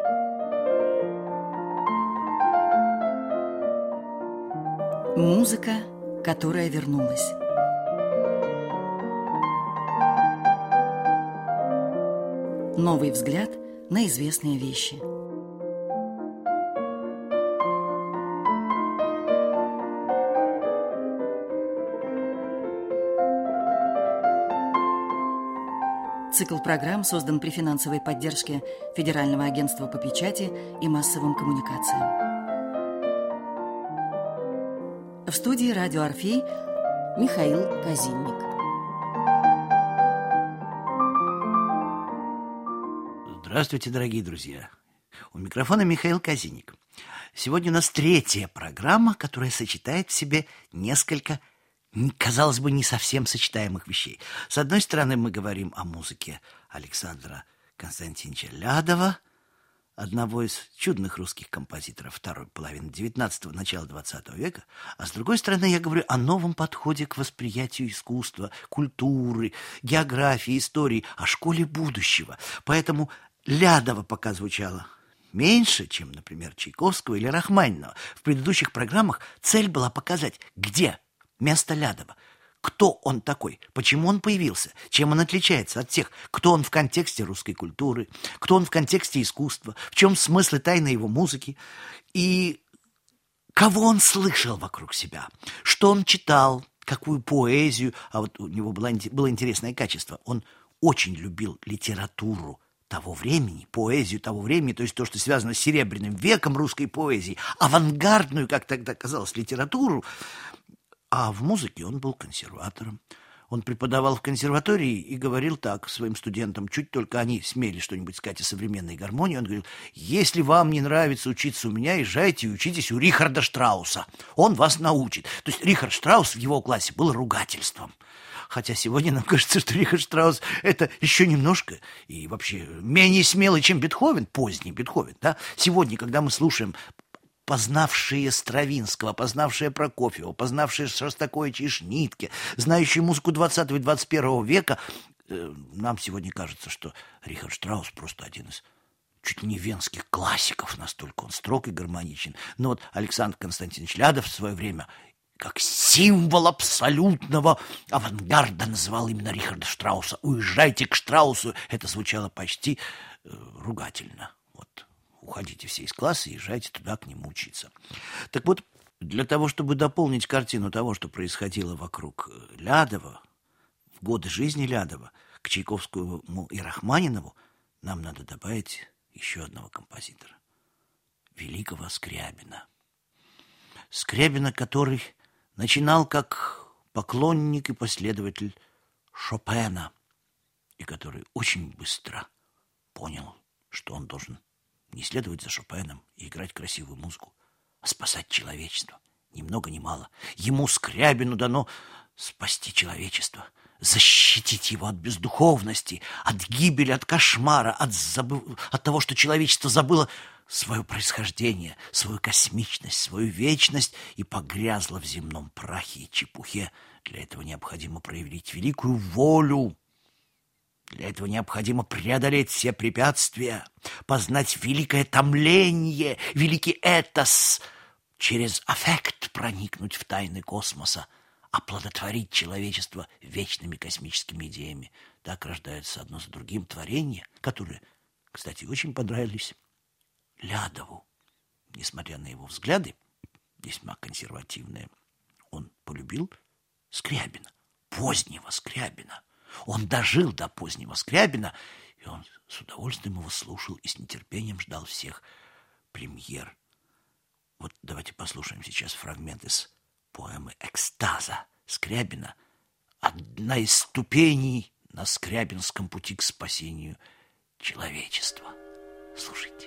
Музыка, которая вернулась. Новый взгляд на известные вещи. Цикл программ создан при финансовой поддержке Федерального агентства по печати и массовым коммуникациям. В студии «Радио Орфей» Михаил Казинник. Здравствуйте, дорогие друзья. У микрофона Михаил Казинник. Сегодня у нас третья программа, которая сочетает в себе несколько, казалось бы, не совсем сочетаемых вещей. С одной стороны, мы говорим о музыке Александра Константиновича Лядова, одного из чудных русских композиторов второй половины XIX – начала XX века, а с другой стороны, я говорю о новом подходе к восприятию искусства, культуры, географии, истории, о школе будущего. Поэтому Лядова пока звучало меньше, чем, например, Чайковского или Рахманинова. В предыдущих программах цель была показать, где место Лядова, кто он такой, почему он появился, чем он отличается от тех, кто он в контексте русской культуры, кто он в контексте искусства, в чем смысл и тайна его музыки, и кого он слышал вокруг себя, что он читал, какую поэзию, а вот у него было интересное качество, он очень любил литературу того времени, поэзию того времени, то есть то, что связано с Серебряным веком русской поэзии, авангардную, как тогда казалось, литературу. А в музыке он был консерватором. Он преподавал в консерватории и говорил так своим студентам, чуть только они смели что-нибудь сказать о современной гармонии, он говорил: если вам не нравится учиться у меня, езжайте и учитесь у Рихарда Штрауса. Он вас научит. То есть Рихард Штраус в его классе был ругательством. Хотя сегодня нам кажется, что Рихард Штраус – это еще немножко и вообще менее смелый, чем Бетховен, поздний Бетховен. Да? Сегодня, когда мы слушаем познавшие Стравинского, познавшие Прокофьева, познавшие Шостаковича и Шнитке, знающие музыку 20 и 21 века, нам сегодня кажется, что Рихард Штраус просто один из чуть ли не венских классиков, настолько он строг и гармоничен. Но вот Александр Константинович Лядов в свое время как символ абсолютного авангарда называл именно Рихарда Штрауса. «Уезжайте к Штраусу!» Это звучало почти ругательно. Вот. Уходите все из класса и езжайте туда к нему учиться. Так вот, для того, чтобы дополнить картину того, что происходило вокруг Лядова, в годы жизни Лядова, к Чайковскому и Рахманинову, нам надо добавить еще одного композитора. Великого Скрябина. Скрябина, который начинал как поклонник и последователь Шопена, и который очень быстро понял, что он должен не следовать за Шопеном и играть красивую музыку, а спасать человечество. Ни много ни мало. Ему, Скрябину, дано спасти человечество, защитить его от бездуховности, от гибели, от кошмара, от того, что человечество забыло свое происхождение, свою космичность, свою вечность и погрязло в земном прахе и чепухе. Для этого необходимо проявить великую волю. Для этого необходимо преодолеть все препятствия, познать великое томление, великий этос, через аффект проникнуть в тайны космоса, оплодотворить человечество вечными космическими идеями. Так рождаются одно за другим творения, которые, кстати, очень понравились Лядову. Несмотря на его взгляды, весьма консервативные, он полюбил Скрябина, позднего Скрябина. Он дожил до позднего Скрябина, и он с удовольствием его слушал и с нетерпением ждал всех премьер. Вот давайте послушаем сейчас фрагмент из поэмы «Экстаза» Скрябина. Одна из ступеней на скрябинском пути к спасению человечества. Слушайте.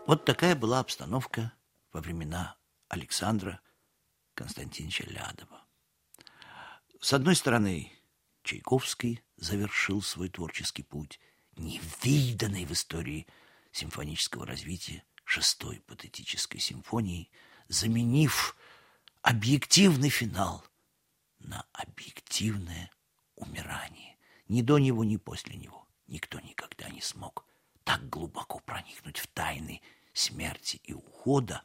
Вот такая была обстановка во времена Александра Константиновича Лядова. С одной стороны, Чайковский завершил свой творческий путь, невиданный в истории симфонического развития шестой патетической симфонии, заменив объективный финал на объективное умирание. Ни до него, ни после него никто никогда не смог так глубоко проникнуть в тайны смерти и ухода.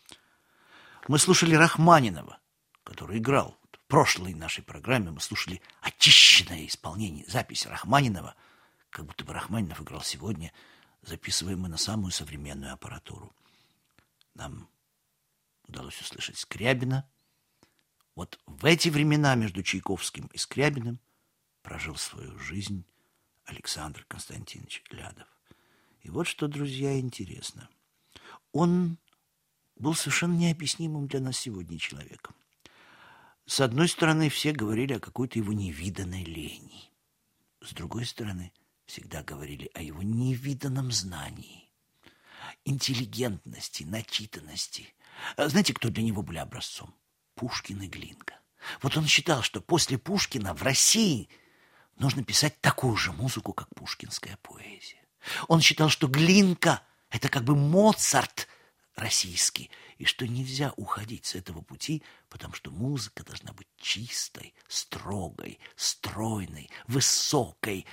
Мы слушали Рахманинова, который играл в прошлой нашей программе. Мы слушали очищенное исполнение, запись Рахманинова, как будто бы Рахманинов играл сегодня, записываемый на самую современную аппаратуру. Нам удалось услышать Скрябина. Вот в эти времена между Чайковским и Скрябиным прожил свою жизнь Александр Константинович Лядов. И вот что, друзья, интересно. Он был совершенно необъяснимым для нас сегодня человеком. С одной стороны, все говорили о какой-то его невиданной лени. С другой стороны, всегда говорили о его невиданном знании, интеллигентности, начитанности. Знаете, кто для него были образцом? Пушкин и Глинка. Вот он считал, что после Пушкина в России нужно писать такую же музыку, как пушкинская поэзия. Он считал, что Глинка – это как бы Моцарт российский, и что нельзя уходить с этого пути, потому что музыка должна быть чистой, строгой, стройной, высокой.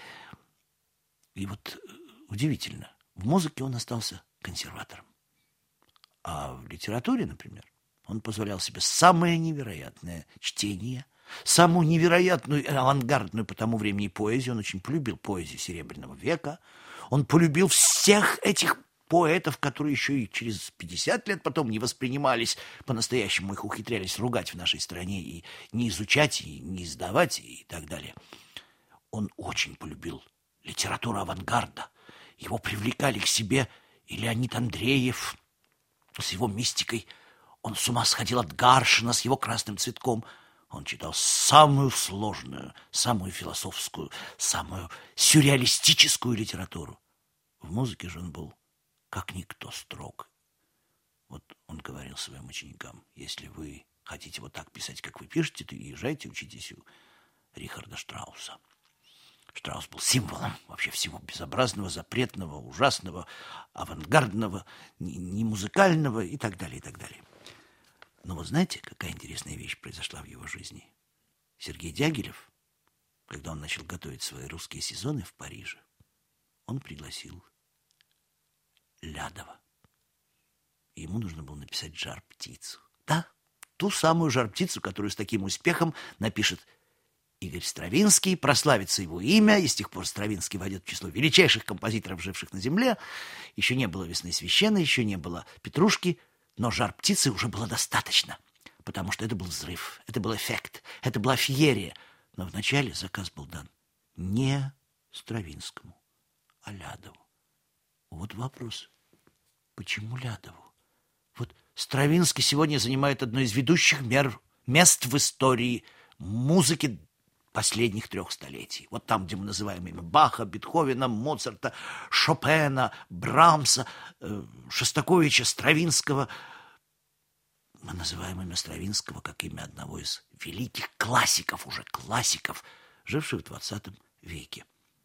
И вот удивительно, в музыке он остался консерватором. А в литературе, например, он позволял себе самое невероятное чтение, самую невероятную авангардную по тому времени поэзию. Он очень полюбил поэзию Серебряного века. Он полюбил всех этих поэтов, которые еще и через 50 лет потом не воспринимались по-настоящему, их ухитрялись ругать в нашей стране и не изучать, и не издавать, и так далее. Он очень полюбил литературу авангарда. Его привлекали к себе и Леонид Андреев с его мистикой. Он с ума сходил от Гаршина с его красным цветком. Он читал самую сложную, самую философскую, самую сюрреалистическую литературу. В музыке же он был как никто строг. Вот он говорил своим ученикам: если вы хотите вот так писать, как вы пишете, то езжайте, учитесь у Рихарда Штрауса. Штраус был символом вообще всего безобразного, запретного, ужасного, авангардного, немузыкального и так далее, и так далее. Но вот знаете, какая интересная вещь произошла в его жизни? Сергей Дягилев, когда он начал готовить свои русские сезоны в Париже, он пригласил Лядова. Ему нужно было написать «Жар-птицу». Да, ту самую «Жар-птицу», которую с таким успехом напишет Игорь Стравинский, прославится его имя, и с тех пор Стравинский войдет в число величайших композиторов, живших на земле. Еще не было «Весны священной», еще не было «Петрушки», но «Жар-птицы» уже было достаточно, потому что это был взрыв, это был эффект, это была феерия. Но вначале заказ был дан не Стравинскому, а Лядову. Вот вопрос, почему Лядову? Вот Стравинский сегодня занимает одно из ведущих мест в истории музыки последних 3 столетий. Вот там, где мы называем имя Баха, Бетховена, Моцарта, Шопена, Брамса, Шостаковича, Стравинского. Мы называем имя Стравинского как имя одного из великих классиков, уже классиков, живших в 20 веке.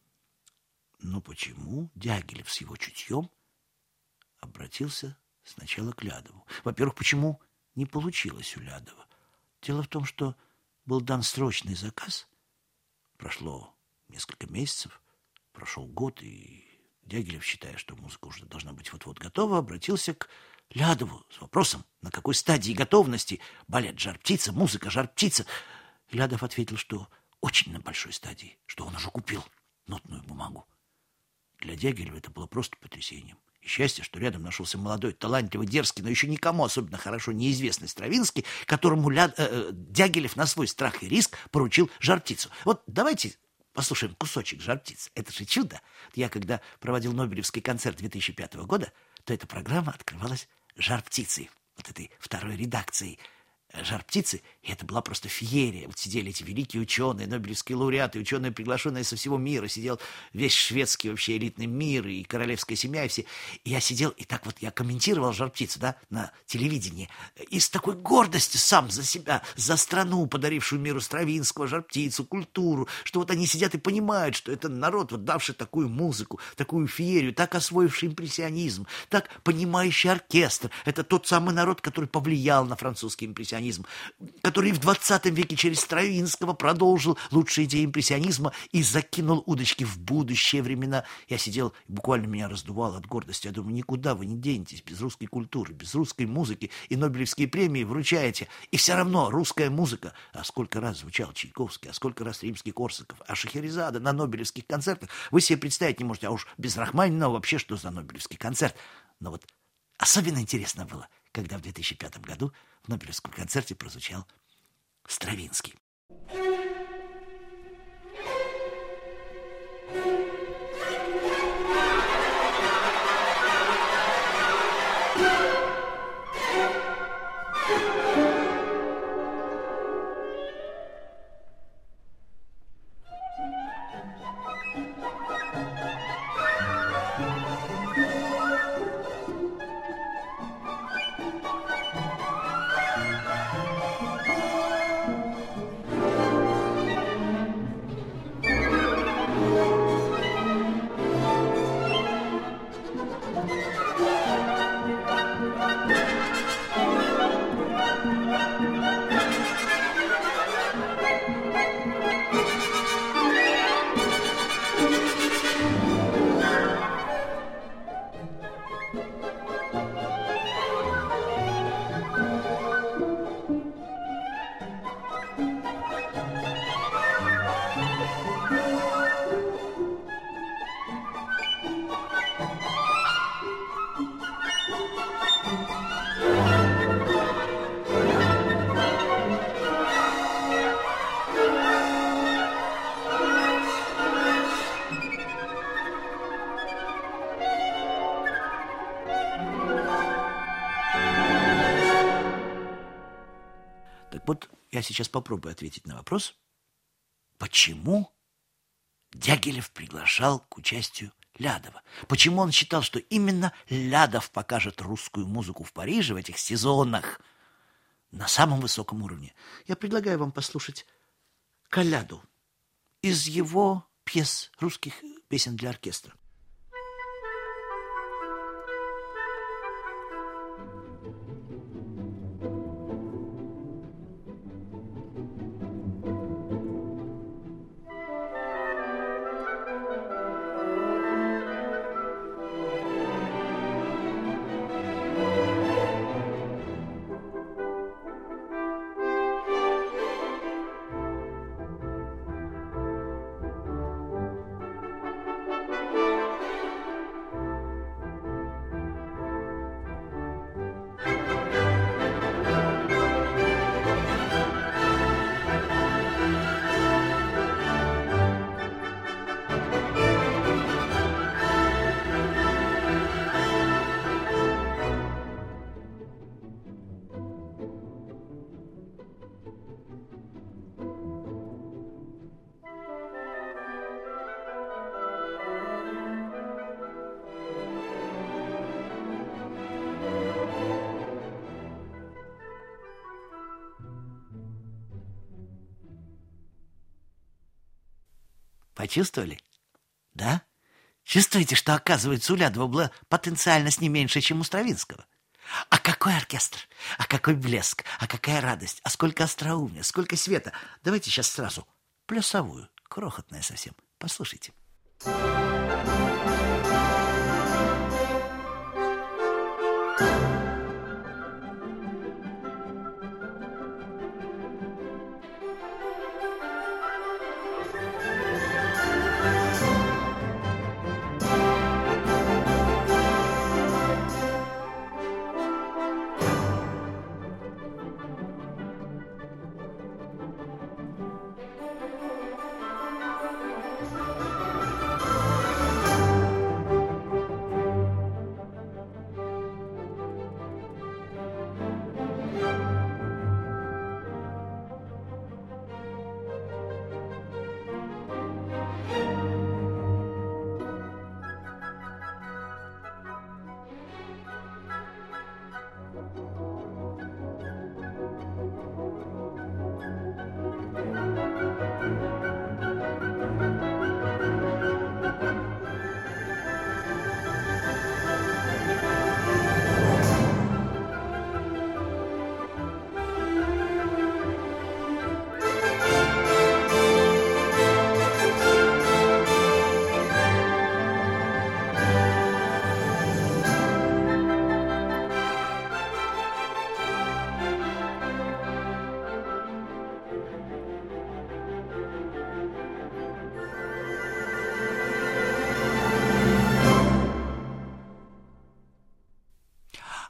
Но почему Дягилев с его чутьем обратился сначала к Лядову? Во-первых, почему не получилось у Лядова? Дело в том, что был дан срочный заказ. Прошло несколько месяцев, прошел год, и Дягилев, считая, что музыка уже должна быть вот-вот готова, обратился к Лядову с вопросом, на какой стадии готовности балет «Жар-птица», музыка «Жар-птица». Лядов ответил, что очень на большой стадии, что он уже купил нотную бумагу. Для Дягилева это было просто потрясением. И счастье, что рядом нашелся молодой, талантливый, дерзкий, но еще никому особенно хорошо неизвестный Стравинский, которому Дягилев на свой страх и риск поручил «Жар-птицу». Вот давайте послушаем кусочек «Жар-птицы». Это же чудо. Я, когда проводил Нобелевский концерт 2005 года, то эта программа открывалась «Жар-птицей», вот этой второй редакцией «Жар-птицы», и это была просто феерия. Вот сидели эти великие ученые, нобелевские лауреаты, ученые, приглашенные со всего мира. Сидел весь шведский вообще элитный мир, и королевская семья, и все. И я сидел, и так вот я комментировал «Жар-птицу», да, на телевидении. И с такой гордостью сам за себя, за страну, подарившую миру Стравинского, «Жар-птицу», культуру, что вот они сидят и понимают, что это народ, вот давший такую музыку, такую феерию, так освоивший импрессионизм, так понимающий оркестр. Это тот самый народ, который повлиял на французский импрессионизм, который в 20 веке через Стравинского продолжил лучшие идеи импрессионизма и закинул удочки в будущие времена. Я сидел, буквально меня раздувало от гордости. Я думаю, никуда вы не денетесь без русской культуры, без русской музыки, и нобелевские премии вручаете. И все равно русская музыка. А сколько раз звучал Чайковский, а сколько раз Римский-Корсаков, а Шахерезада на нобелевских концертах. Вы себе представить не можете, а уж без Рахманинова вообще что за нобелевский концерт. Но вот особенно интересно было, когда в 2005 году в Нобелевском концерте прозвучал Стравинский. Так вот, я сейчас попробую ответить на вопрос, почему Дягилев приглашал к участию Лядова? Почему он считал, что именно Лядов покажет русскую музыку в Париже в этих сезонах на самом высоком уровне? Я предлагаю вам послушать колляду из его пьес, русских песен для оркестра. Почувствовали? Да? Чувствуете, что, оказывается, у Лядова было потенциальность не меньше, чем у Стравинского? А какой оркестр? А какой блеск? А какая радость? А сколько остроумия? Сколько света? Давайте сейчас сразу плясовую, крохотная совсем. Послушайте.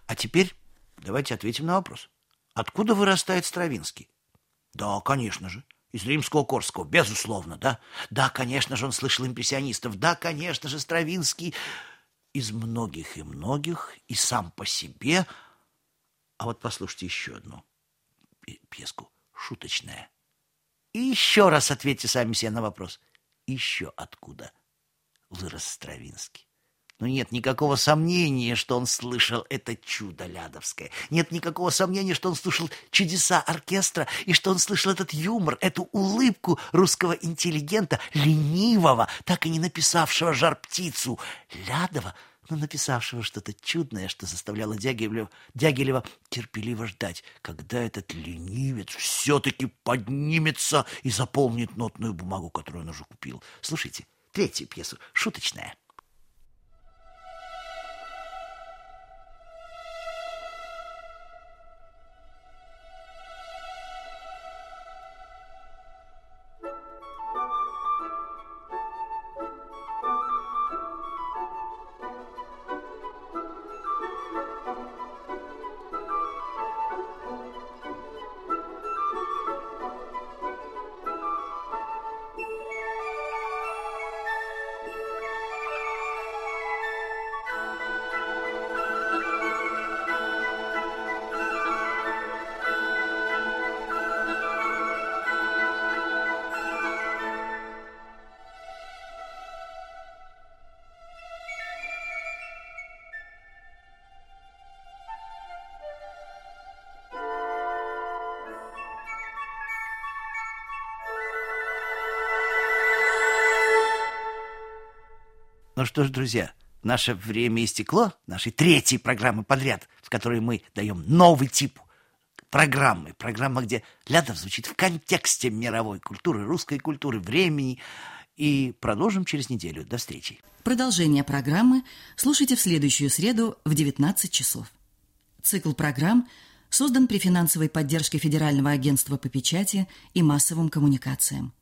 А теперь давайте ответим на вопрос. Откуда вырастает Стравинский? Да, конечно же, из Римского-Корского, безусловно, да. Да, конечно же, он слышал импрессионистов. Да, конечно же, Стравинский из многих и многих, и сам по себе. А вот послушайте еще одну пьеску, шуточная. И еще раз ответьте сами себе на вопрос. Еще откуда вырос Стравинский? Но нет никакого сомнения, что он слышал это чудо лядовское. Нет никакого сомнения, что он слышал чудеса оркестра, и что он слышал этот юмор, эту улыбку русского интеллигента, ленивого, так и не написавшего «Жар-птицу», Лядова, но написавшего что-то чудное, что заставляло Дягилева терпеливо ждать, когда этот ленивец все-таки поднимется и заполнит нотную бумагу, которую он уже купил. Слушайте, третью пьесу, шуточная. Ну что ж, друзья, наше время истекло, нашей третьей программы подряд, в которой мы даем новый тип программы. Программа, где Лядов звучит в контексте мировой культуры, русской культуры, времени. И продолжим через неделю. До встречи. Продолжение программы слушайте в следующую среду в 19 часов. Цикл программ создан при финансовой поддержке Федерального агентства по печати и массовым коммуникациям.